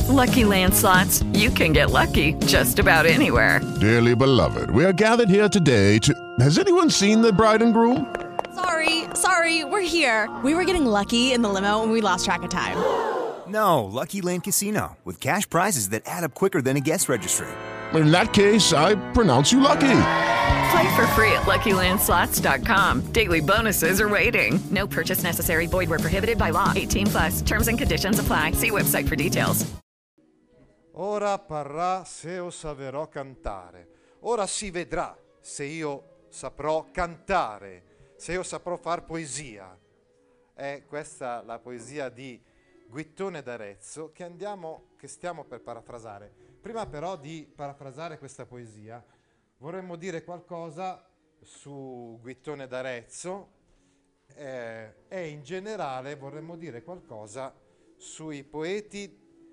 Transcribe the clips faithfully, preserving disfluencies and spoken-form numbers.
Lucky Land Slots, you can get lucky just about anywhere. Dearly beloved, we are gathered here today to... Has anyone seen the bride and groom? Sorry, sorry, we're here. We were getting lucky in the limo and we lost track of time. No, Lucky Land Casino, with cash prizes that add up quicker than a guest registry. In that case, I pronounce you lucky. Play for free at Lucky Land Slots dot com. Daily bonuses are waiting. No purchase necessary. Void where prohibited by law. eighteen plus. Terms and conditions apply. See website for details. Ora parrà se io saprò cantare. Ora si vedrà se io saprò cantare, se io saprò far poesia. È questa la poesia di Guittone d'Arezzo che andiamo, che stiamo per parafrasare. Prima però di parafrasare questa poesia vorremmo dire qualcosa su Guittone d'Arezzo eh, e in generale vorremmo dire qualcosa sui poeti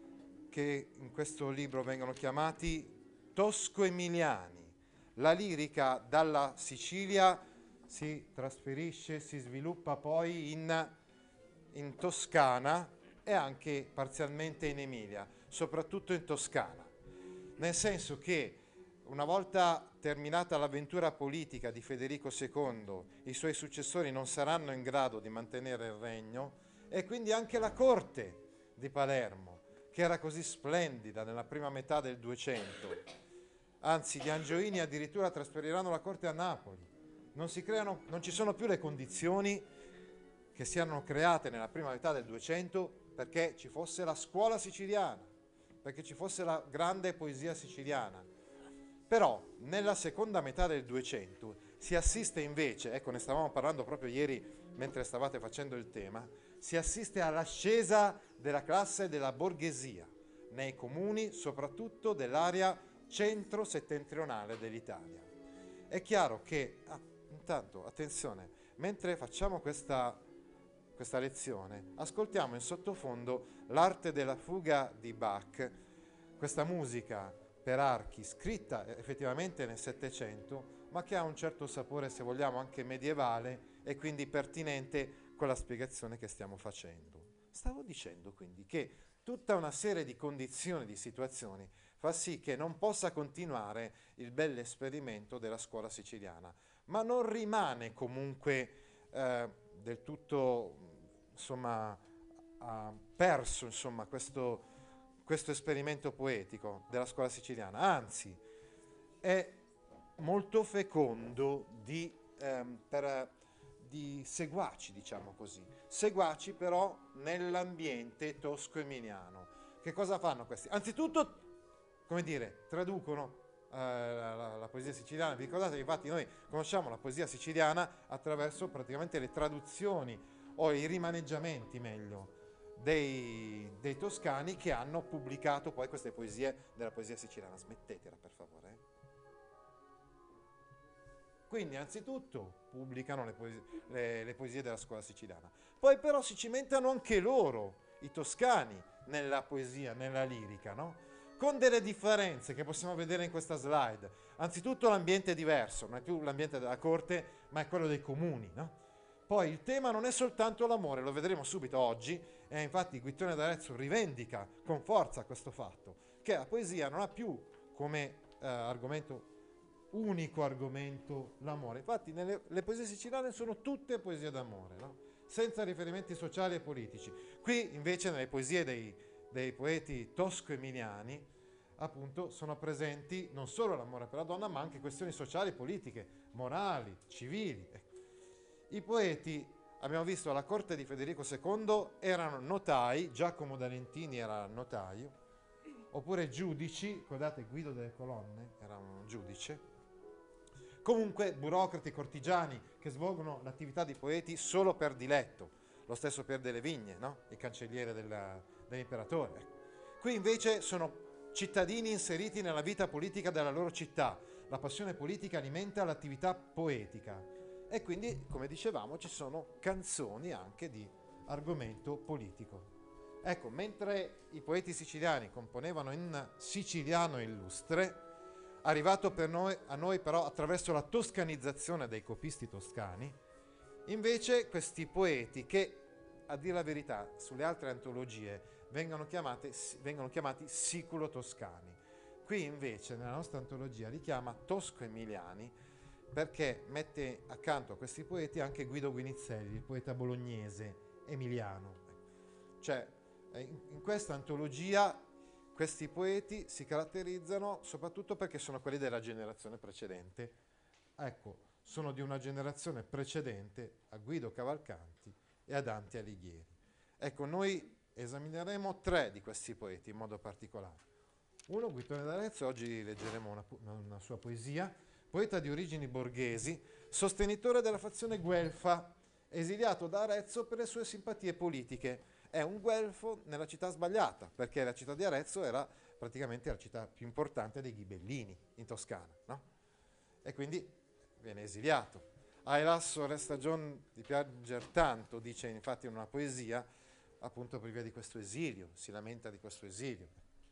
che in questo libro vengono chiamati tosco-emiliani. La lirica dalla Sicilia si trasferisce, si sviluppa poi in, in Toscana e anche parzialmente in Emilia, soprattutto in Toscana. Nel senso che una volta terminata l'avventura politica di Federico secondo, i suoi successori non saranno in grado di mantenere il regno e quindi anche la corte di Palermo, che era così splendida nella prima metà del duecento. Anzi, gli Angioini addirittura trasferiranno la corte a Napoli. Non si creano, non ci sono più le condizioni che si erano create nella prima metà del duecento perché ci fosse la scuola siciliana, perché ci fosse la grande poesia siciliana. Però nella seconda metà del duecento si assiste invece, ecco ne stavamo parlando proprio ieri mentre stavate facendo il tema, si assiste all'ascesa della classe della borghesia nei comuni, soprattutto dell'area centro-settentrionale dell'Italia. È chiaro che, ah, intanto, attenzione, mentre facciamo questa, questa lezione, ascoltiamo in sottofondo l'arte della fuga di Bach, questa musica per archi, scritta effettivamente nel Settecento, ma che ha un certo sapore, se vogliamo, anche medievale e quindi pertinente con la spiegazione che stiamo facendo. Stavo dicendo quindi che tutta una serie di condizioni, di situazioni, fa sì che non possa continuare il bell'esperimento della scuola siciliana, ma non rimane comunque eh, del tutto insomma, ha perso insomma, questo, questo esperimento poetico della scuola siciliana, anzi è molto fecondo di, ehm, per, di seguaci, diciamo così, seguaci però nell'ambiente tosco-emiliano. Che cosa fanno questi? Anzitutto, come dire, traducono eh, la, la, la poesia siciliana. Vi ricordate, infatti, noi conosciamo la poesia siciliana attraverso praticamente le traduzioni o i rimaneggiamenti, meglio, dei, dei toscani che hanno pubblicato poi queste poesie della poesia siciliana. Smettetela, per favore. Eh? Quindi, anzitutto, pubblicano le poesie, le, le poesie della scuola siciliana. Poi però si cimentano anche loro, i toscani, nella poesia, nella lirica, no? Con delle differenze che possiamo vedere in questa slide. Anzitutto l'ambiente è diverso, non è più l'ambiente della corte, ma è quello dei comuni, no? Poi il tema non è soltanto l'amore, lo vedremo subito oggi, e infatti Guittone d'Arezzo rivendica con forza questo fatto, che la poesia non ha più come eh, argomento, unico argomento, l'amore. Infatti nelle, le poesie siciliane sono tutte poesie d'amore, no? Senza riferimenti sociali e politici. Qui invece nelle poesie dei dei poeti tosco-emiliani, appunto, sono presenti non solo l'amore per la donna, ma anche questioni sociali, politiche, morali, civili. I poeti, abbiamo visto, alla corte di Federico secondo erano notai, Giacomo da Lentini era notaio, oppure giudici, ricordate Guido delle Colonne, era un giudice, comunque burocrati, cortigiani, che svolgono l'attività di poeti solo per diletto, lo stesso Pier delle Vigne, no? Il cancelliere della dell'imperatore. Qui invece sono cittadini inseriti nella vita politica della loro città. La passione politica alimenta l'attività poetica e quindi, come dicevamo, ci sono canzoni anche di argomento politico. Ecco, mentre i poeti siciliani componevano in siciliano illustre, arrivato per noi, a noi però attraverso la toscanizzazione dei copisti toscani, invece questi poeti che, a dire la verità, sulle altre antologie vengono, chiamate, vengono chiamati siculo-toscani. Qui invece nella nostra antologia li chiama tosco-emiliani perché mette accanto a questi poeti anche Guido Guinizelli, il poeta bolognese emiliano. Cioè in, in questa antologia questi poeti si caratterizzano soprattutto perché sono quelli della generazione precedente. Ecco, sono di una generazione precedente a Guido Cavalcanti e a Dante Alighieri. Ecco, noi esamineremo tre di questi poeti in modo particolare. Uno, Guittone d'Arezzo, oggi leggeremo una, una sua poesia, poeta di origini borghesi, sostenitore della fazione guelfa, esiliato da Arezzo per le sue simpatie politiche. È un guelfo nella città sbagliata, perché la città di Arezzo era praticamente la città più importante dei Ghibellini in Toscana, no? E quindi viene esiliato. Ai lasso resta Gion di pianger tanto, dice infatti in una poesia, appunto per via di questo esilio, si lamenta di questo esilio.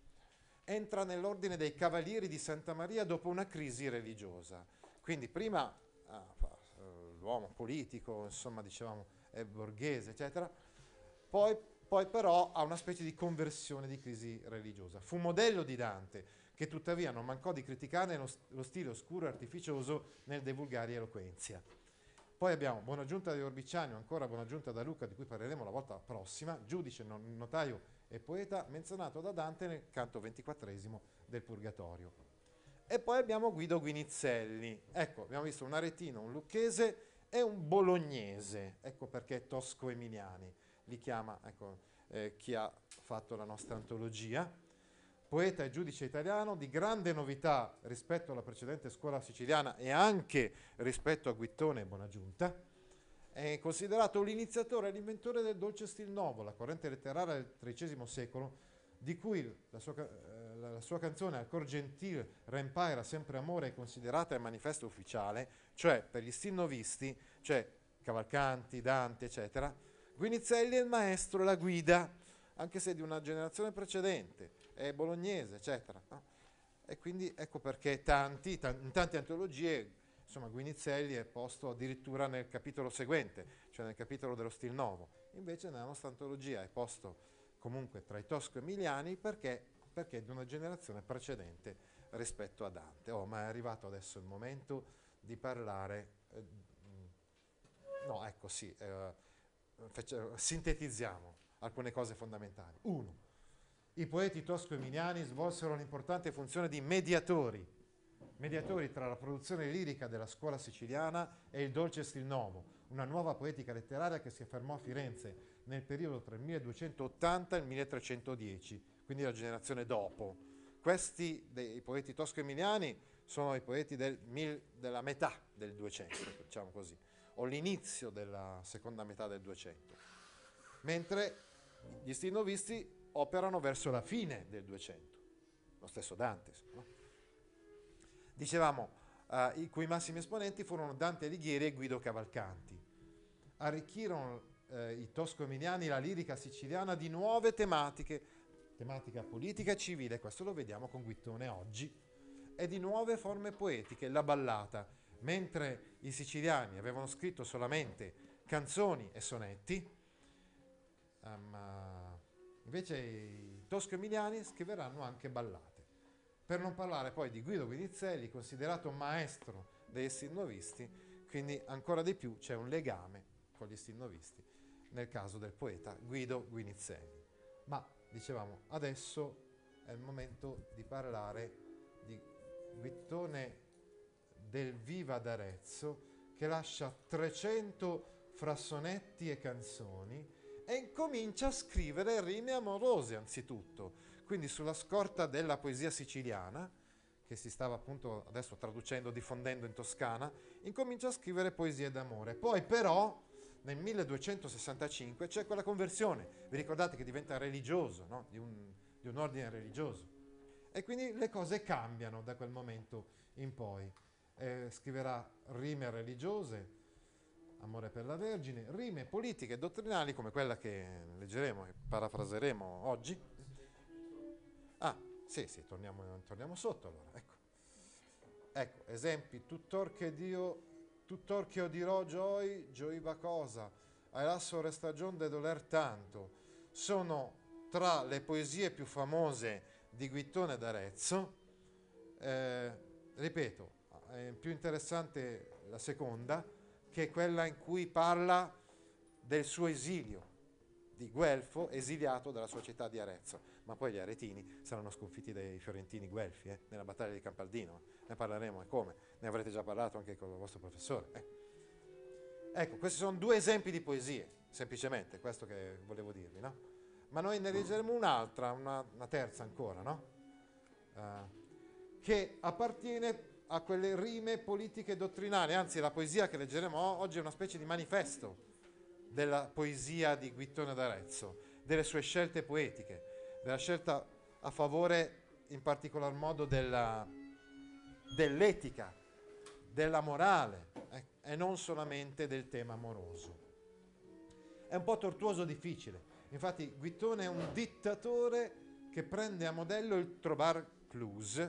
Entra nell'ordine dei Cavalieri di Santa Maria dopo una crisi religiosa. Quindi prima ah, l'uomo politico, insomma dicevamo, è borghese, eccetera, poi, poi però ha una specie di conversione di crisi religiosa. Fu modello di Dante, che tuttavia non mancò di criticare lo, lo stile oscuro e artificioso nel De Vulgari Eloquenzia. Poi abbiamo Buonaggiunta di Orbiciano, ancora Buonaggiunta da Luca, di cui parleremo la volta prossima, giudice, notaio e poeta, menzionato da Dante nel canto ventiquattresimo del Purgatorio. E poi abbiamo Guido Guinizelli. Ecco, abbiamo visto un aretino, un lucchese e un bolognese. Ecco perché tosco-emiliani li chiama, ecco, eh, chi ha fatto la nostra antologia. Poeta e giudice italiano di grande novità rispetto alla precedente scuola siciliana e anche rispetto a Guittone e Buonaggiunta. È considerato l'iniziatore e l'inventore del dolce stil nuovo, la corrente letteraria del tredicesimo secolo, di cui la sua, eh, la sua canzone Al cor gentil rempaira sempre amore è considerata il manifesto ufficiale, cioè per gli stilnovisti, cioè Cavalcanti, Dante, eccetera. Guinizelli è il maestro e la guida, anche se di una generazione precedente, è bolognese, eccetera. No? E quindi ecco perché tanti, t- in tante antologie, insomma, Guinizelli è posto addirittura nel capitolo seguente, cioè nel capitolo dello stil nuovo. Invece nella nostra antologia è posto comunque tra i tosco-emiliani perché, perché è di una generazione precedente rispetto a Dante. Oh, ma è arrivato adesso il momento di parlare... Eh, no, ecco sì, eh, faccio, sintetizziamo alcune cose fondamentali. Uno, i poeti tosco-emiliani svolsero l'importante funzione di mediatori, mediatori tra la produzione lirica della scuola siciliana e il dolce stil nuovo, una nuova poetica letteraria che si affermò a Firenze nel periodo tra il milleduecentottanta e il milletrecentodieci, quindi la generazione dopo. Questi dei poeti tosco-emiliani sono i poeti del mil, della metà del duecento, diciamo così, o l'inizio della seconda metà del duecento, mentre gli stilnovisti operano verso la fine del duecento, lo stesso Dante, no? Dicevamo, uh, i cui massimi esponenti furono Dante Alighieri e Guido Cavalcanti. Arricchirono uh, i tosco-emiliani la lirica siciliana di nuove tematiche, tematica politica e civile, questo lo vediamo con Guittone oggi, e di nuove forme poetiche, la ballata, mentre i siciliani avevano scritto solamente canzoni e sonetti, um, uh, invece i tosco-emiliani scriveranno anche ballate. Per non parlare poi di Guido Guinizelli, considerato maestro degli stilnovisti, quindi ancora di più c'è un legame con gli stilnovisti nel caso del poeta Guido Guinizelli. Ma dicevamo, adesso è il momento di parlare di Guittone del Viva d'Arezzo, che lascia trecento fra sonetti e canzoni e incomincia a scrivere rime amorose anzitutto, quindi sulla scorta della poesia siciliana, che si stava appunto adesso traducendo, diffondendo in Toscana, incomincia a scrivere poesie d'amore. Poi però nel milleduecentosessantacinque c'è quella conversione, vi ricordate che diventa religioso, no? di, un, di un ordine religioso, e quindi le cose cambiano da quel momento in poi. Eh, scriverà rime religiose, amore per la Vergine, rime politiche e dottrinali come quella che leggeremo e parafraseremo oggi. Ah, sì, sì, torniamo, torniamo sotto allora, ecco. Ecco, esempi, tuttor che Dio, tuttor che io dirò gioi, gioiva cosa, ai lasso restagion de doler tanto. Sono tra le poesie più famose di Guittone d'Arezzo, eh, ripeto, è più interessante la seconda, che è quella in cui parla del suo esilio di Guelfo, esiliato dalla sua città di Arezzo. Ma poi gli aretini saranno sconfitti dai fiorentini guelfi eh, nella battaglia di Campaldino. Ne parleremo e come, ne avrete già parlato anche con il vostro professore. Eh. Ecco, questi sono due esempi di poesie, semplicemente, questo che volevo dirvi, no? Ma noi ne leggeremo un'altra, una, una terza ancora, no? Uh, che appartiene a quelle rime politiche dottrinali, anzi la poesia che leggeremo oggi è una specie di manifesto della poesia di Guittone d'Arezzo, delle sue scelte poetiche, della scelta a favore in particolar modo della, dell'etica, della morale eh, e non solamente del tema amoroso. È un po' tortuoso, difficile. Infatti Guittone è un dittatore che prende a modello il trobar clus.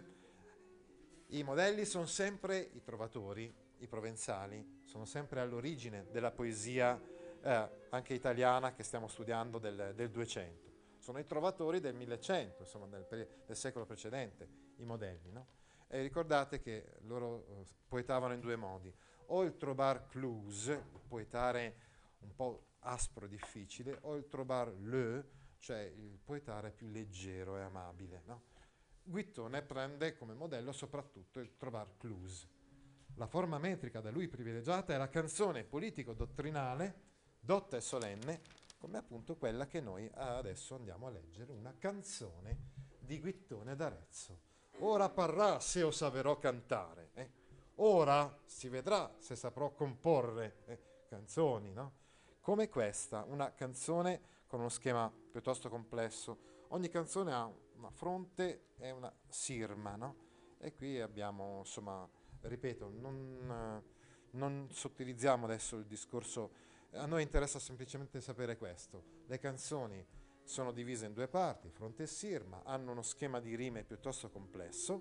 I modelli sono sempre i trovatori, i provenzali, sono sempre all'origine della poesia eh, anche italiana che stiamo studiando del, del duecento. Sono i trovatori del millecento, insomma del, del secolo precedente, i modelli, no? E ricordate che loro uh, poetavano in due modi, o il trobar clus, poetare un po' aspro e difficile, o il trobar le, cioè il poetare più leggero e amabile, no? Guittone prende come modello soprattutto il trobar clus. La forma metrica da lui privilegiata è la canzone politico-dottrinale, dotta e solenne, come appunto quella che noi adesso andiamo a leggere, una canzone di Guittone d'Arezzo. Ora parrà se io saprò cantare, eh? Ora si vedrà se saprò comporre eh, canzoni, no? Come questa, una canzone con uno schema piuttosto complesso. Ogni canzone ha una fronte e una sirma, no? E qui abbiamo, insomma, ripeto, non, non sottilizziamo adesso il discorso. A noi interessa semplicemente sapere questo. Le canzoni sono divise in due parti, fronte e sirma, hanno uno schema di rime piuttosto complesso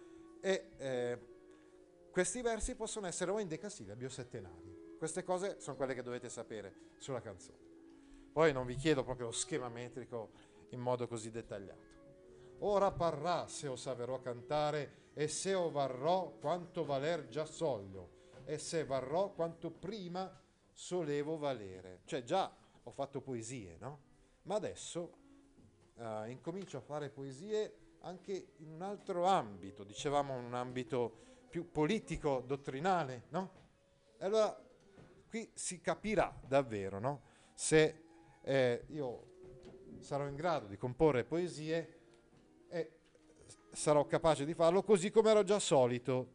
e eh, questi versi possono essere o in decasillabi o settenari. Queste cose sono quelle che dovete sapere sulla canzone. Poi non vi chiedo proprio lo schema metrico in modo così dettagliato. Ora parrà se io saprò cantare e se io varrò quanto valer già soglio e se varrò quanto prima solevo valere. Cioè già ho fatto poesie, no? Ma adesso uh, incomincio a fare poesie anche in un altro ambito, dicevamo in un ambito più politico, dottrinale, no? E allora qui si capirà davvero, no? Se eh, io sarò in grado di comporre poesie e sarò capace di farlo così come ero già solito.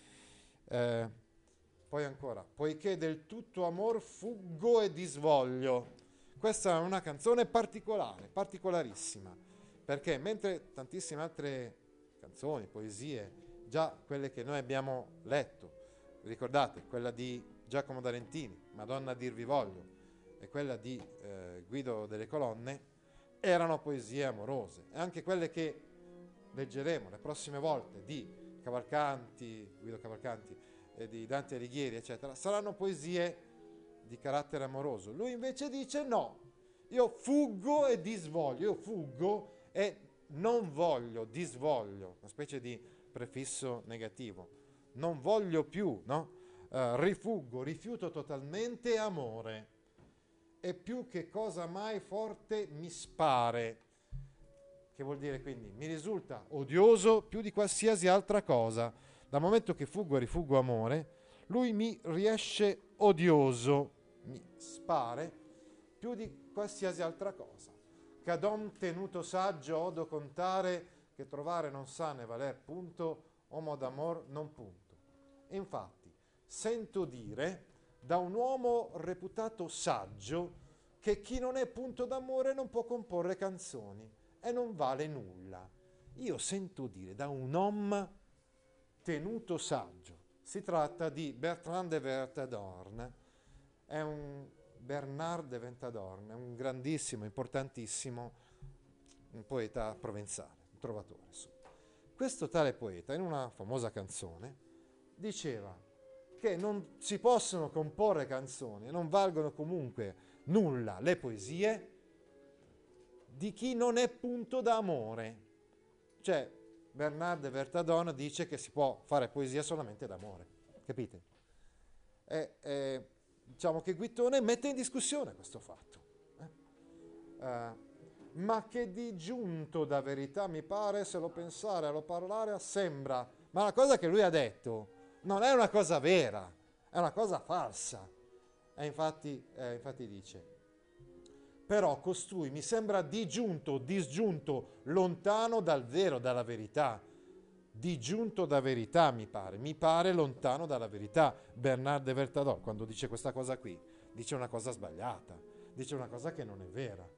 Eh, Poi ancora, poiché del tutto amor fuggo e disvoglio. Questa è una canzone particolare, particolarissima, perché mentre tantissime altre canzoni, poesie, già quelle che noi abbiamo letto, ricordate, quella di Giacomo d'Arentini, Madonna dirvi voglio, e quella di eh, Guido delle Colonne, erano poesie amorose. E anche quelle che leggeremo le prossime volte di Cavalcanti, Guido Cavalcanti, di Dante Alighieri, eccetera, saranno poesie di carattere amoroso. Lui invece dice no, io fuggo e disvoglio, io fuggo e non voglio, disvoglio, una specie di prefisso negativo, non voglio più, no? Uh, rifuggo, rifiuto totalmente amore, e più che cosa mai forte mi spare, che vuol dire quindi mi risulta odioso più di qualsiasi altra cosa. Dal momento che fuggo e rifuggo amore, lui mi riesce odioso, mi spare, più di qualsiasi altra cosa. Cadom tenuto saggio odo contare, che trovare non sa ne valer punto, omo d'amor non punto. E infatti, sento dire da un uomo reputato saggio che chi non è punto d'amore non può comporre canzoni e non vale nulla. Io sento dire da un uomo tenuto saggio. Si tratta di Bertrand de Ventadorn, è un Bernard de Ventadorn, è un grandissimo, importantissimo un poeta provenzale, un trovatore. Insomma. Questo tale poeta, in una famosa canzone, diceva che non si possono comporre canzoni, non valgono comunque nulla le poesie di chi non è punto d'amore. Cioè, Bernard de Vertadon dice che si può fare poesia solamente d'amore, capite? E, e, diciamo che Guittone mette in discussione questo fatto. Eh? Uh, ma che di giunto da verità mi pare, se lo pensare, a lo parlare, sembra. Ma la cosa che lui ha detto non è una cosa vera, è una cosa falsa. E infatti, eh, infatti dice, però costui mi sembra digiunto, disgiunto, lontano dal vero, dalla verità. Digiunto da verità mi pare, mi pare lontano dalla verità. Bernard de Vertadon, quando dice questa cosa qui, dice una cosa sbagliata, dice una cosa che non è vera.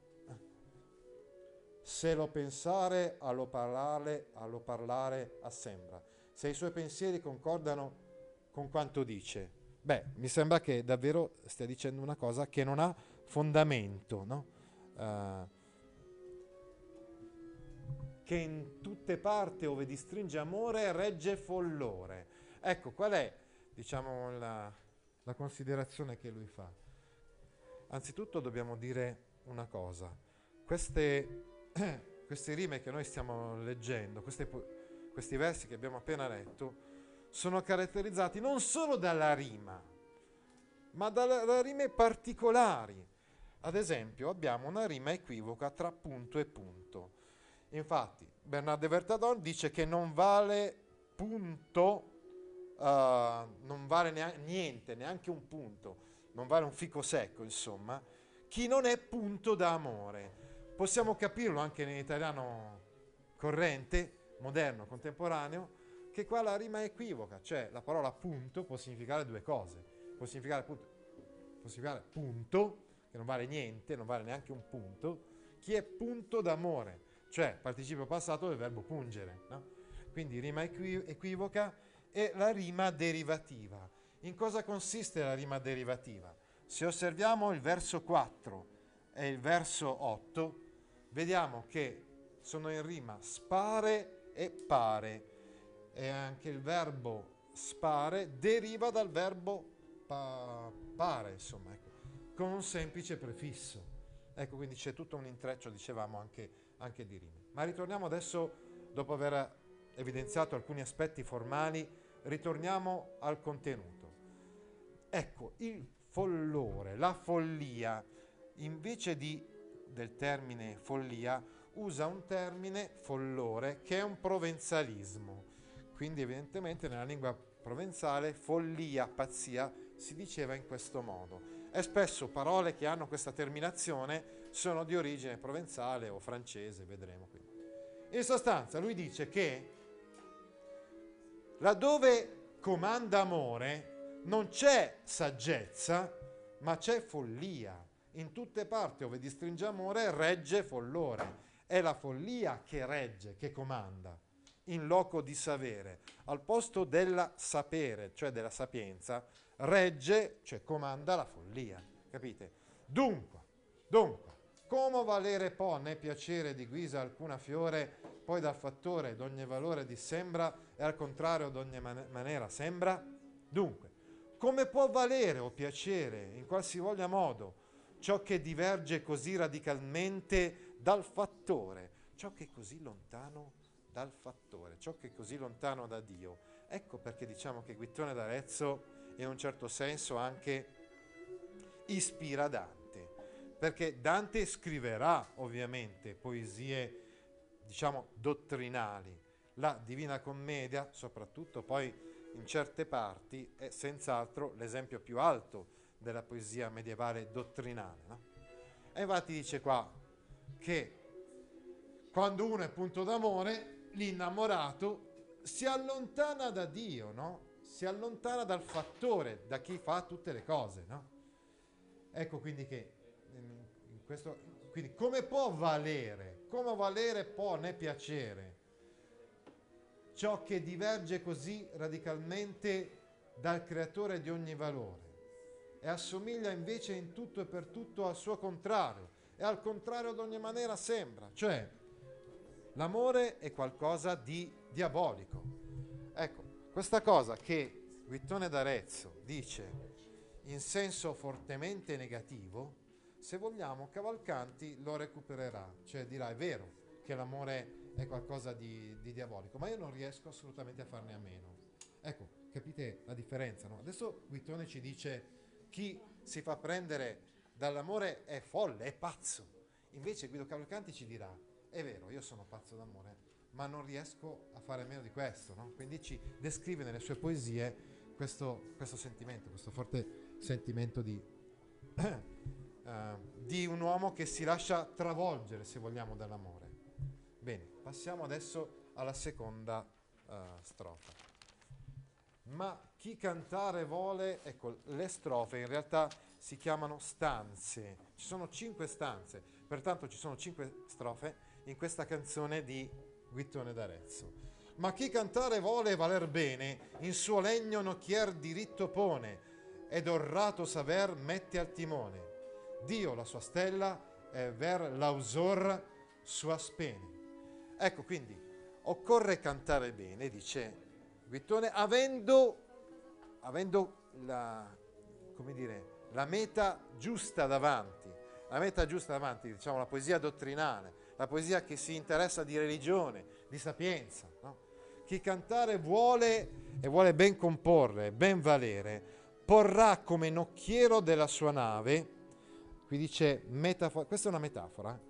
Se lo pensare, a lo parlare, a lo parlare assembra. Se i suoi pensieri concordano con quanto dice, beh, mi sembra che davvero stia dicendo una cosa che non ha fondamento, no? Uh, che in tutte parti ove distringe amore regge follore. Ecco, qual è, diciamo, la, la considerazione che lui fa? Anzitutto dobbiamo dire una cosa. Queste, queste rime che noi stiamo leggendo, queste, questi versi che abbiamo appena letto, sono caratterizzati non solo dalla rima, ma da, da rime particolari. Ad esempio, abbiamo una rima equivoca tra punto e punto. Infatti, Bernard de Vertadon dice che non vale punto, uh, non vale neanche, niente, neanche un punto, non vale un fico secco, insomma, chi non è punto d'amore. Possiamo capirlo anche in italiano corrente, moderno, contemporaneo, che qua la rima è equivoca, cioè la parola punto può significare due cose. Può significare, punto, può significare punto, che non vale niente, non vale neanche un punto, chi è punto d'amore, cioè participio passato del verbo pungere, no? Quindi rima equi- equivoca e la rima derivativa. In cosa consiste la rima derivativa? Se osserviamo il verso quattro e il verso otto, vediamo che sono in rima spare e pare, e anche il verbo spare deriva dal verbo pa- pare, insomma, ecco, con un semplice prefisso. Ecco, quindi c'è tutto un intreccio, dicevamo, anche, anche di rime. Ma ritorniamo adesso, dopo aver evidenziato alcuni aspetti formali, ritorniamo al contenuto. Ecco, il follore, la follia, invece di, del termine follia, usa un termine, follore, che è un provenzalismo. Quindi evidentemente nella lingua provenzale follia, pazzia, si diceva in questo modo. E spesso parole che hanno questa terminazione sono di origine provenzale o francese, vedremo qui. In sostanza lui dice che laddove comanda amore non c'è saggezza, ma c'è follia. In tutte parti dove distringe amore regge follore. È la follia che regge, che comanda, in loco di savere. Al posto della sapere, cioè della sapienza, regge, cioè comanda la follia. Capite? Dunque, dunque, come valere può né piacere di guisa alcuna fiore, poi dal fattore d'ogni valore dissembra, e al contrario d'ogni man- maniera sembra? Dunque, come può valere o piacere in qualsivoglia modo ciò che diverge così radicalmente dal fattore, ciò che è così lontano dal fattore, ciò che è così lontano da Dio? Ecco perché diciamo che Guittone d'Arezzo in un certo senso anche ispira Dante, perché Dante scriverà ovviamente poesie, diciamo, dottrinali. La Divina Commedia, soprattutto poi in certe parti, è senz'altro l'esempio più alto della poesia medievale dottrinale, no? E infatti dice qua che quando uno è punto d'amore, l'innamorato si allontana da Dio, no? Si allontana dal fattore, da chi fa tutte le cose, no? Ecco quindi che in questo, quindi come può valere, come valere può né piacere ciò che diverge così radicalmente dal creatore di ogni valore e assomiglia invece in tutto e per tutto al suo contrario, e al contrario ad ogni maniera sembra, cioè l'amore è qualcosa di diabolico. Ecco, questa cosa che Guittone d'Arezzo dice in senso fortemente negativo se vogliamo, Cavalcanti lo recupererà, cioè dirà è vero che l'amore è qualcosa di, di diabolico, ma io non riesco assolutamente a farne a meno. Ecco, capite la differenza, no? Adesso Guittone ci dice chi si fa prendere dall'amore è folle, è pazzo. Invece Guido Cavalcanti ci dirà è vero, io sono pazzo d'amore, ma non riesco a fare meno di questo, no? Quindi ci descrive nelle sue poesie questo, questo sentimento, questo forte sentimento di, uh, di un uomo che si lascia travolgere, se vogliamo, dall'amore. Bene, passiamo adesso alla seconda uh, strofa. Ma chi cantare vuole, ecco, le strofe in realtà si chiamano stanze, ci sono cinque stanze, pertanto ci sono cinque strofe in questa canzone di Guittone d'Arezzo. Ma chi cantare vuole valer bene, in suo legno nocchier diritto pone, ed orrato saver mette al timone. Dio la sua stella e ver l'ausor sua spene. Ecco, quindi occorre cantare bene, dice Guittone, avendo, avendo la, come dire, la meta giusta davanti, la meta giusta davanti, diciamo la poesia dottrinale, la poesia che si interessa di religione, di sapienza, no? Chi cantare vuole e vuole ben comporre, ben valere, porrà come nocchiero della sua nave, qui dice metafora, questa è una metafora,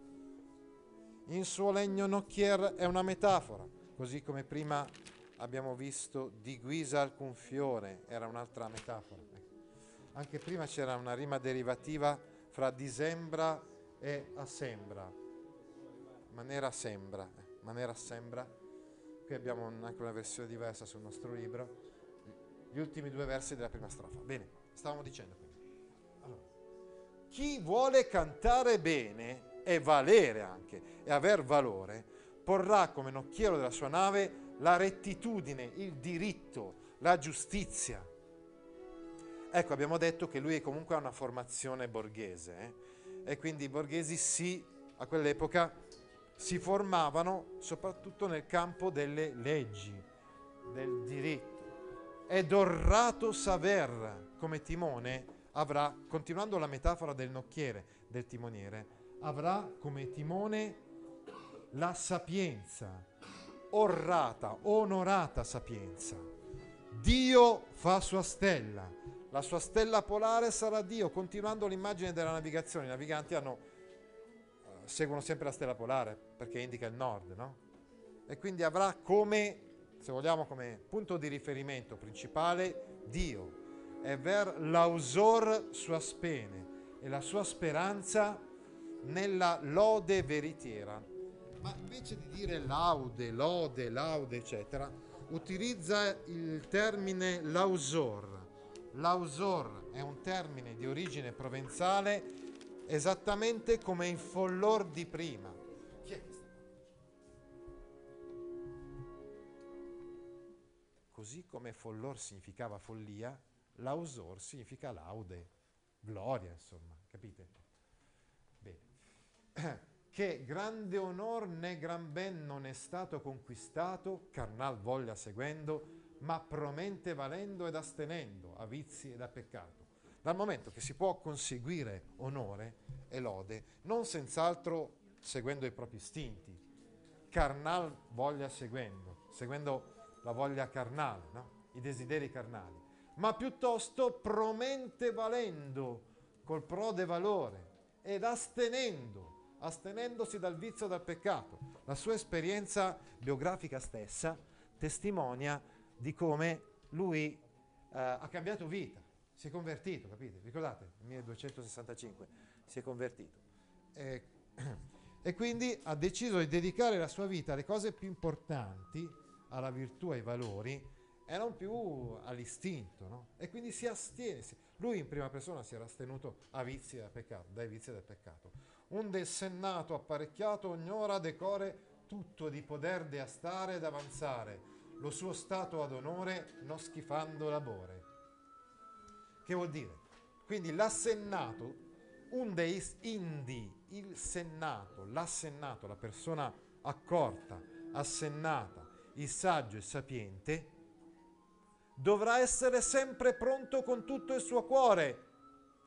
in suo legno nocchier è una metafora, così come prima abbiamo visto di guisa alcun fiore, era un'altra metafora. Anche prima c'era una rima derivativa fra disembra e assembra, manera sembra, eh, manera sembra. Qui abbiamo anche una versione diversa sul nostro libro, gli ultimi due versi della prima strofa. Bene, stavamo dicendo quindi. Allora, chi vuole cantare bene e valere anche, e aver valore, porrà come nocchiero della sua nave la rettitudine, il diritto, la giustizia. Ecco, abbiamo detto che lui comunque ha una formazione borghese, eh? E quindi i borghesi si, a quell'epoca, si formavano soprattutto nel campo delle leggi, del diritto. Ed orrato saver, come timone, avrà, continuando la metafora del nocchiere, del timoniere, avrà come timone la sapienza, orrata, onorata sapienza. Dio fa sua stella, la sua stella polare sarà Dio, continuando l'immagine della navigazione. I naviganti hanno, uh, seguono sempre la stella polare perché indica il nord, no? E quindi avrà come, se vogliamo, come punto di riferimento principale Dio, e ver l'ausor sua spene, e la sua speranza nella lode veritiera. Ma invece di dire laude, lode, laude, eccetera, utilizza il termine lausor. Lausor è un termine di origine provenzale esattamente come il follor di prima. Chi è questa? Così come follor significava follia, lausor significa laude, gloria, insomma, capite? Bene. Che grande onor né gran ben non è stato conquistato, carnal voglia seguendo, ma promente valendo ed astenendo a vizi ed a peccato. Dal momento che si può conseguire onore e lode, non senz'altro seguendo i propri istinti, carnal voglia seguendo, seguendo la voglia carnale, no? I desideri carnali, ma piuttosto promente valendo col prode valore ed astenendo, astenendosi dal vizio e dal peccato. La sua esperienza biografica stessa testimonia di come lui eh, ha cambiato vita, si è convertito, capite? Ricordate? Nel milleduecentosessantacinque si è convertito. E, e quindi ha deciso di dedicare la sua vita alle cose più importanti, alla virtù, ai valori, e non più all'istinto, no? E quindi si astiene. Lui in prima persona si era astenuto a vizi e da peccato, dai vizi e dal peccato. Onde sennato apparecchiato ognora decore tutto di poder de astare ed avanzare, lo suo stato ad onore non schifando labore. Che vuol dire? Quindi l'assennato, unde is indi, il sennato, l'assennato, la persona accorta, assennata, il saggio e sapiente, dovrà essere sempre pronto con tutto il suo cuore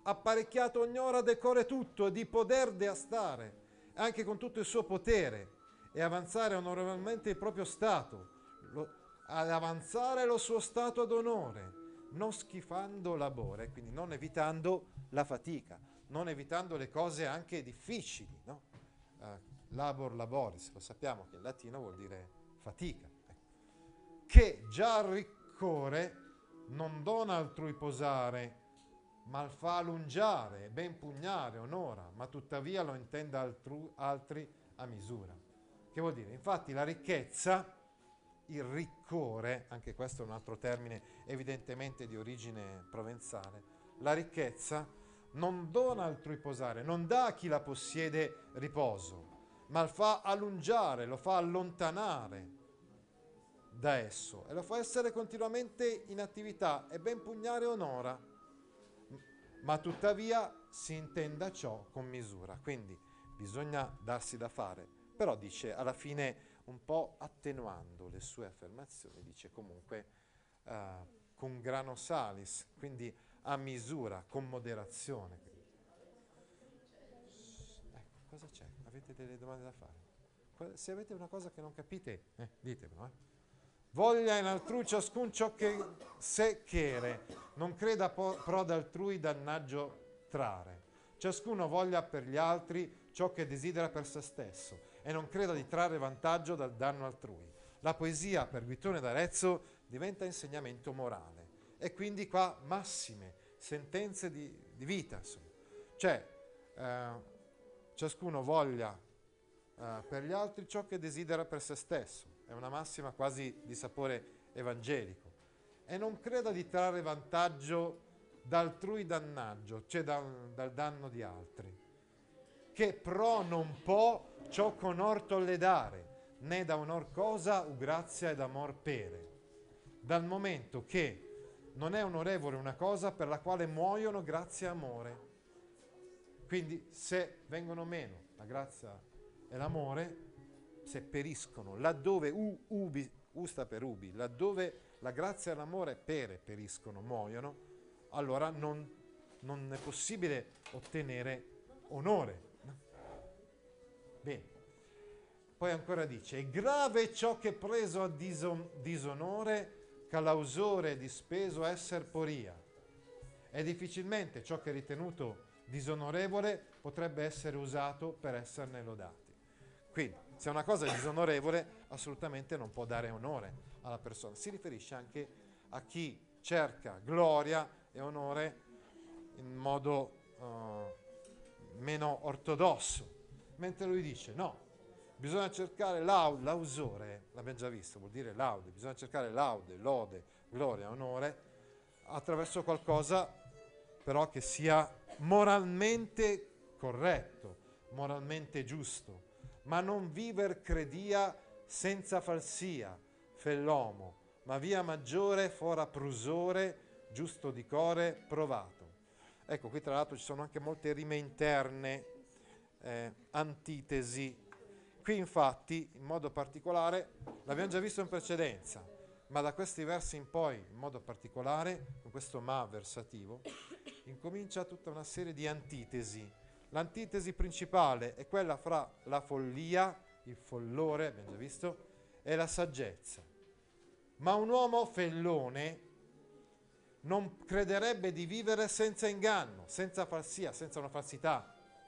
apparecchiato ogni ora decore tutto, e di poder deastare, anche con tutto il suo potere, e avanzare onorevolmente il proprio stato, lo, ad avanzare lo suo stato ad onore, non schifando labore, quindi non evitando la fatica, non evitando le cose anche difficili, no? Uh, labor laboris, lo sappiamo che in latino vuol dire fatica, ecco. Che già ricorre non dona altrui posare, mal fa lungiare, ben pugnare, onora, ma tuttavia lo intenda altru, altri a misura. Che vuol dire? Infatti la ricchezza, il riccore, anche questo è un altro termine evidentemente di origine provenzale, la ricchezza non dona altrui posare, non dà a chi la possiede riposo, ma lo fa allungiare, lo fa allontanare da esso e lo fa essere continuamente in attività, e ben pugnare onora, ma tuttavia si intenda ciò con misura. Quindi bisogna darsi da fare, però dice alla fine, un po' attenuando le sue affermazioni, dice comunque uh, con grano salis, quindi a misura, con moderazione. Ecco, cosa c'è? Avete delle domande da fare? Se avete una cosa che non capite, eh, ditemelo. Eh. Voglia in altrui ciascun ciò che se chiere, non creda po- pro d'altrui dannaggio trarre. Ciascuno voglia per gli altri ciò che desidera per se stesso, e non creda di trarre vantaggio dal danno altrui. La poesia per Guittone d'Arezzo diventa insegnamento morale, e quindi qua massime sentenze di, di vita, insomma. Cioè eh, ciascuno voglia eh, per gli altri ciò che desidera per se stesso, è una massima quasi di sapore evangelico, e non creda di trarre vantaggio d'altrui dannaggio, cioè dal, dal danno di altri, che pro non può ciò con or tolledare, né da onor cosa u grazia ed amor pere, dal momento che non è onorevole una cosa per la quale muoiono grazia e amore. Quindi se vengono meno la grazia e l'amore, se periscono, laddove u, ubi, u sta per ubi, laddove la grazia e l'amore pere, periscono, muoiono, allora non, non è possibile ottenere onore. Bene. Poi ancora dice: è grave ciò che preso a dison- disonore, calausore di speso esser poria. E difficilmente ciò che è ritenuto disonorevole potrebbe essere usato per esserne lodati. Quindi, se una cosa è disonorevole, assolutamente non può dare onore alla persona. Si riferisce anche a chi cerca gloria e onore in modo uh, meno ortodosso. Mentre lui dice no, bisogna cercare laude, lausore, l'abbiamo già visto, vuol dire laude, bisogna cercare laude, lode, gloria, onore, attraverso qualcosa però che sia moralmente corretto, moralmente giusto, ma non viver credia senza falsia, fell'omo, ma via maggiore fora prusore, giusto di core, provato. Ecco, qui tra l'altro ci sono anche molte rime interne, Eh, antitesi. Qui infatti in modo particolare, l'abbiamo già visto in precedenza, ma da questi versi in poi in modo particolare, con questo ma versativo, incomincia tutta una serie di antitesi. L'antitesi principale è quella fra la follia, il follore, abbiamo già visto, e la saggezza. Ma un uomo fellone non crederebbe di vivere senza inganno, senza falsia, senza una falsità.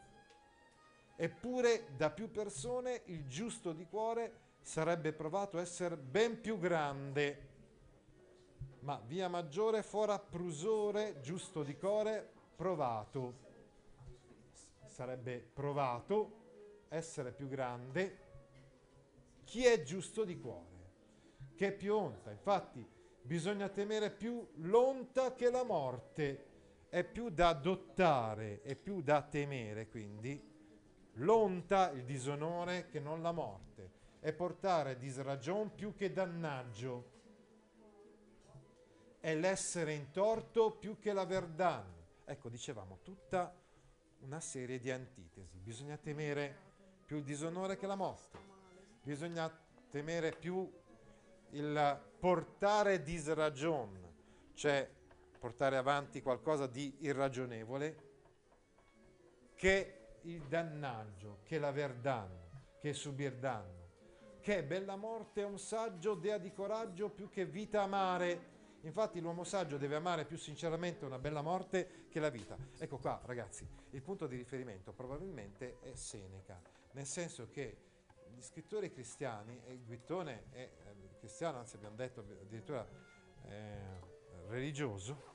Eppure da più persone il giusto di cuore sarebbe provato essere ben più grande, ma via maggiore fora prusore, giusto di core, provato. Sarebbe provato essere più grande chi è giusto di cuore, che è più onta. Infatti bisogna temere più l'onta che la morte, è più da adottare, è più da temere quindi l'onta, il disonore, che non la morte, è portare disragion più che dannaggio, è l'essere in torto più che l'aver danno. Ecco, dicevamo, tutta una serie di antitesi. Bisogna temere più il disonore che la morte, bisogna temere più il portare disragion, cioè portare avanti qualcosa di irragionevole, che il dannaggio, che l'aver danno, che subir danno, che bella morte è un saggio, dea di coraggio più che vita amare. Infatti l'uomo saggio deve amare più sinceramente una bella morte che la vita. Ecco qua, ragazzi, il punto di riferimento probabilmente è Seneca, nel senso che gli scrittori cristiani, e Guittone è eh, cristiano, anzi abbiamo detto addirittura eh, religioso,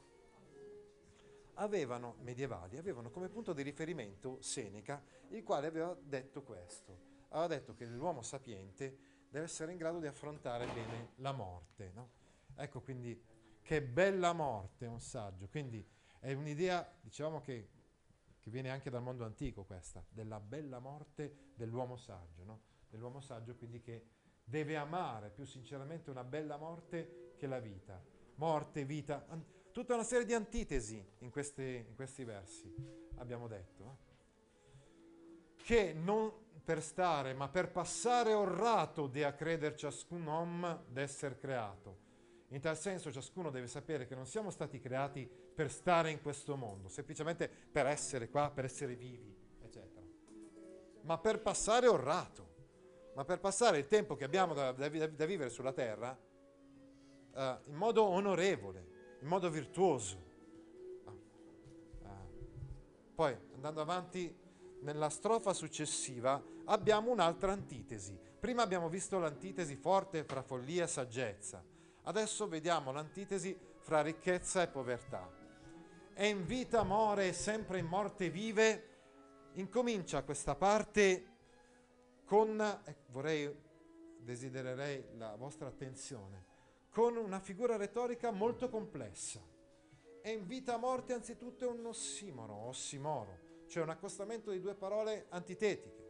avevano, medievali, avevano come punto di riferimento Seneca, il quale aveva detto questo. Aveva detto che l'uomo sapiente deve essere in grado di affrontare bene la morte, no? Ecco, quindi, che bella morte è un saggio. Quindi è un'idea, diciamo, che, che viene anche dal mondo antico, questa, della bella morte dell'uomo saggio, no? Dell'uomo saggio, quindi, che deve amare più sinceramente una bella morte che la vita. Morte, vita, an- tutta una serie di antitesi in, queste, in questi versi, abbiamo detto, eh? Che non per stare, ma per passare orrato dea creder ciascun om d'esser creato. In tal senso ciascuno deve sapere che non siamo stati creati per stare in questo mondo, semplicemente per essere qua, per essere vivi, eccetera, ma per passare orrato, ma per passare il tempo che abbiamo da, da, da vivere sulla terra uh, in modo onorevole, in modo virtuoso. Uh, uh. Poi, andando avanti, nella strofa successiva abbiamo un'altra antitesi. Prima abbiamo visto l'antitesi forte fra follia e saggezza. Adesso vediamo l'antitesi fra ricchezza e povertà. E in vita more e sempre in morte vive. Incomincia questa parte con, eh, vorrei, desidererei la vostra attenzione, con una figura retorica molto complessa. E in vita morte anzitutto è un ossimoro, ossimoro, cioè un accostamento di due parole antitetiche.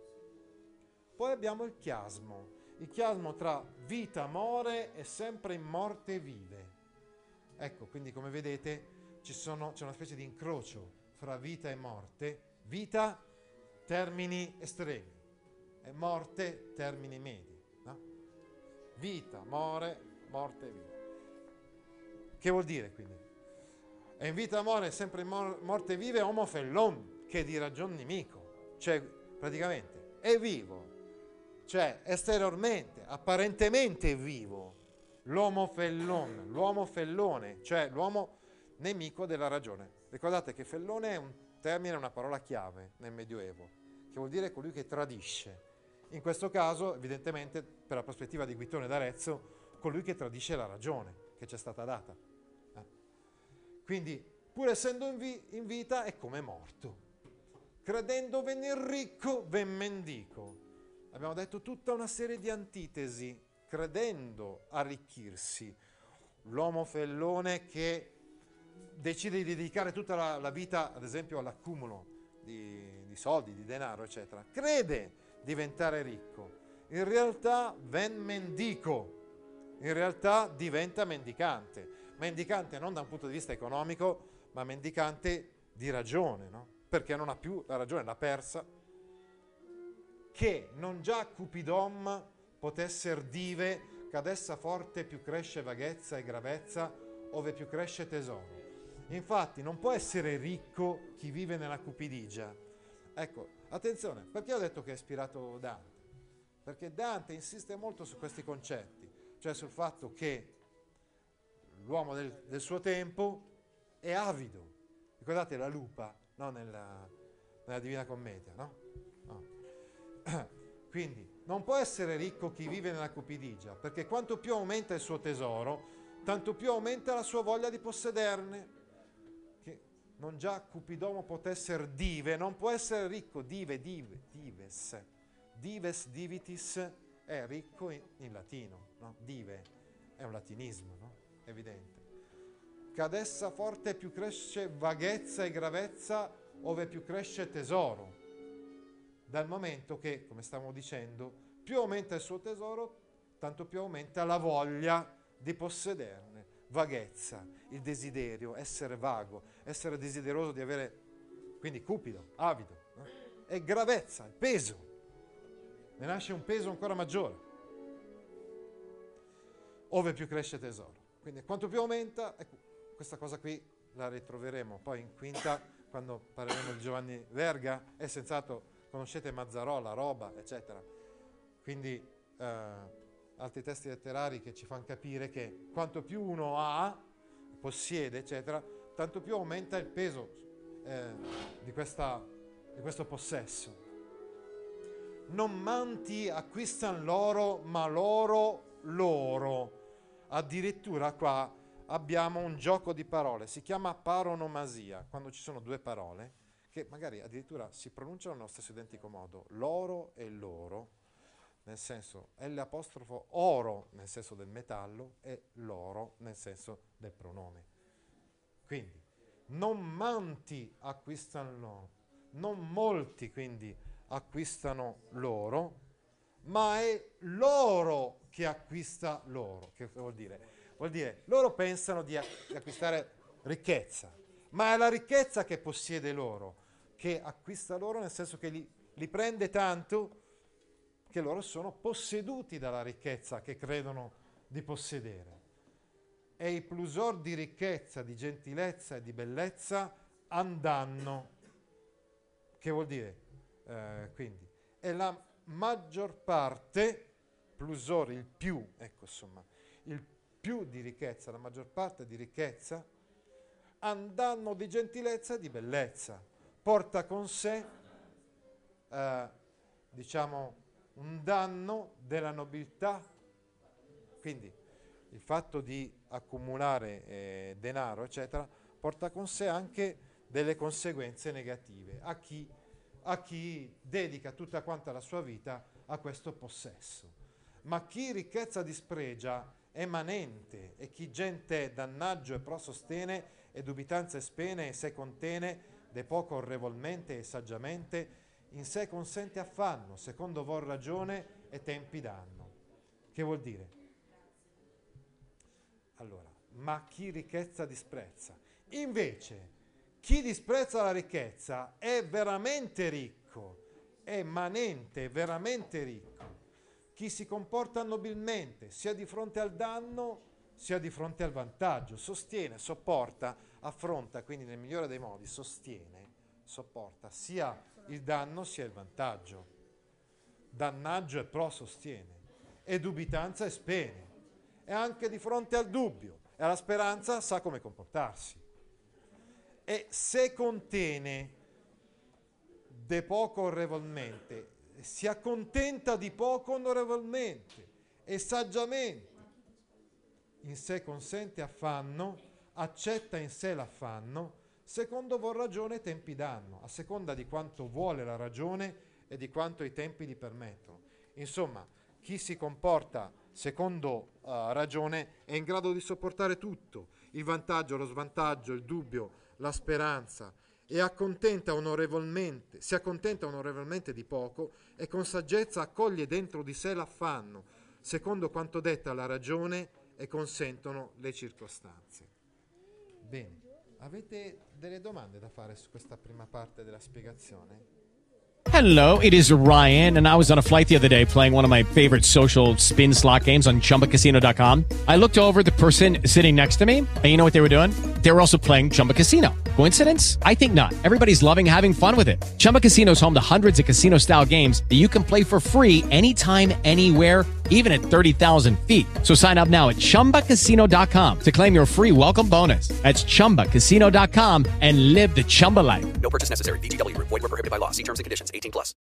Poi abbiamo il chiasmo, il chiasmo tra vita more e sempre in morte vive. Ecco, quindi come vedete ci sono, c'è una specie di incrocio fra vita e morte. Vita, termini estremi, e morte, termini medi, no? Vita, more, morte, vive. Che vuol dire quindi? E in vita more e sempre in mor- morte vive homo fellon, che di ragion nemico, cioè praticamente è vivo, cioè esteriormente, apparentemente è vivo, l'uomo fellon, l'uomo fellone, cioè l'uomo nemico della ragione. Ricordate che fellone è un termine, una parola chiave nel Medioevo, che vuol dire colui che tradisce. In questo caso, evidentemente, per la prospettiva di Guittone d'Arezzo, colui che tradisce la ragione che ci è stata data. Eh? Quindi, pur essendo in, vi- in vita, è come morto. Credendo venir ricco, ven mendico. Abbiamo detto tutta una serie di antitesi, credendo arricchirsi. L'uomo fellone che decide di dedicare tutta la, la vita, ad esempio, all'accumulo di, di soldi, di denaro, eccetera. Crede diventare ricco. In realtà ven mendico. In realtà diventa mendicante. Mendicante non da un punto di vista economico, ma mendicante di ragione, no? Perché non ha più la ragione, l'ha persa. Che non già cupidom potesser dive, che adessa forte più cresce vaghezza e gravezza, ove più cresce tesoro. Infatti non può essere ricco chi vive nella cupidigia. Ecco, attenzione, perché ho detto che è ispirato Dante? Perché Dante insiste molto su questi concetti, cioè sul fatto che l'uomo del, del suo tempo è avido. Ricordate la lupa, no? Nella, nella Divina Commedia, no? No. Quindi non può essere ricco chi vive nella cupidigia, perché quanto più aumenta il suo tesoro, tanto più aumenta la sua voglia di possederne. Che non già cupidomo potesser dive, non può essere ricco, dive, dive, dives, dives, divitis, è ricco in, in latino, no? Dive, è un latinismo, no? Evidente. Che ad essa forte più cresce vaghezza e gravezza, ove più cresce tesoro. Dal momento che, come stavamo dicendo, più aumenta il suo tesoro, tanto più aumenta la voglia di possederne. Vaghezza, il desiderio, essere vago, essere desideroso di avere, quindi cupido, avido, no? E gravezza, il peso, ne nasce un peso ancora maggiore, ove più cresce tesoro. Quindi quanto più aumenta, ecco, questa cosa qui la ritroveremo poi in quinta quando parleremo di Giovanni Verga, e senz'altro conoscete Mazzarola, Roba, eccetera. Quindi eh, altri testi letterari che ci fanno capire che quanto più uno ha, possiede, eccetera, tanto più aumenta il peso eh, di, questa, di questo possesso. Non manti acquistan l'oro, ma l'oro loro. Addirittura qua abbiamo un gioco di parole, si chiama paronomasia, quando ci sono due parole che magari addirittura si pronunciano nello stesso identico modo, l'oro e loro, nel senso L apostrofo oro nel senso del metallo e loro nel senso del pronome. Quindi non manti acquistano loro, non molti quindi acquistano loro, ma è loro che acquista loro. Che vuol dire? Vuol dire, loro pensano di acquistare ricchezza, ma è la ricchezza che possiede loro, che acquista loro, nel senso che li, li prende tanto che loro sono posseduti dalla ricchezza che credono di possedere. E i plusor di ricchezza, di gentilezza e di bellezza andanno. Che vuol dire? Eh, quindi, è la maggior parte, plusor, il più, ecco insomma, il più di ricchezza, la maggior parte di ricchezza, andanno di gentilezza e di bellezza. Porta con sé, eh, diciamo, un danno della nobiltà. Quindi il fatto di accumulare eh, denaro, eccetera, porta con sé anche delle conseguenze negative a chi, a chi dedica tutta quanta la sua vita a questo possesso. Ma chi ricchezza dispregia è manente, e chi gente dannaggio e pro sostene, e dubitanza e spene, e se contene, de poco orrevolmente e saggiamente, in sé consente affanno, secondo vor ragione e tempi danno. Che vuol dire? Allora, ma chi ricchezza disprezza. Invece, chi disprezza la ricchezza è veramente ricco, è manente, veramente ricco. Chi si comporta nobilmente, sia di fronte al danno, sia di fronte al vantaggio, sostiene, sopporta, affronta, quindi nel migliore dei modi, sostiene, sopporta sia il danno sia il vantaggio. Dannaggio e pro sostiene, e dubitanza e spene, e anche di fronte al dubbio e alla speranza sa come comportarsi. E se contene de poco orrevolmente, si accontenta di poco onorevolmente e saggiamente, in sé consente affanno, accetta in sé l'affanno, secondo vor ragione e tempi danno, a seconda di quanto vuole la ragione e di quanto i tempi gli permettono. Insomma, chi si comporta secondo uh, ragione è in grado di sopportare tutto, il vantaggio, lo svantaggio, il dubbio, la speranza, e accontenta onorevolmente, si accontenta onorevolmente di poco, e con saggezza accoglie dentro di sé l'affanno, secondo quanto detta la ragione e consentono le circostanze. Bene, avete delle domande da fare su questa prima parte della spiegazione? Hello, it is Ryan, and I was on a flight the other day playing one of my favorite social spin slot games on Chumba Casino dot com. I looked over at the person sitting next to me, and you know what they were doing? They were also playing Chumba Casino. Coincidence? I think not. Everybody's loving having fun with it. Chumba Casino is home to hundreds of casino-style games that you can play for free anytime, anywhere, even at thirty thousand feet. So sign up now at Chumba Casino dot com to claim your free welcome bonus. That's Chumba Casino dot com and live the Chumba life. No purchase necessary. V G W. Void where prohibited by law. See terms and conditions. eighteen plus.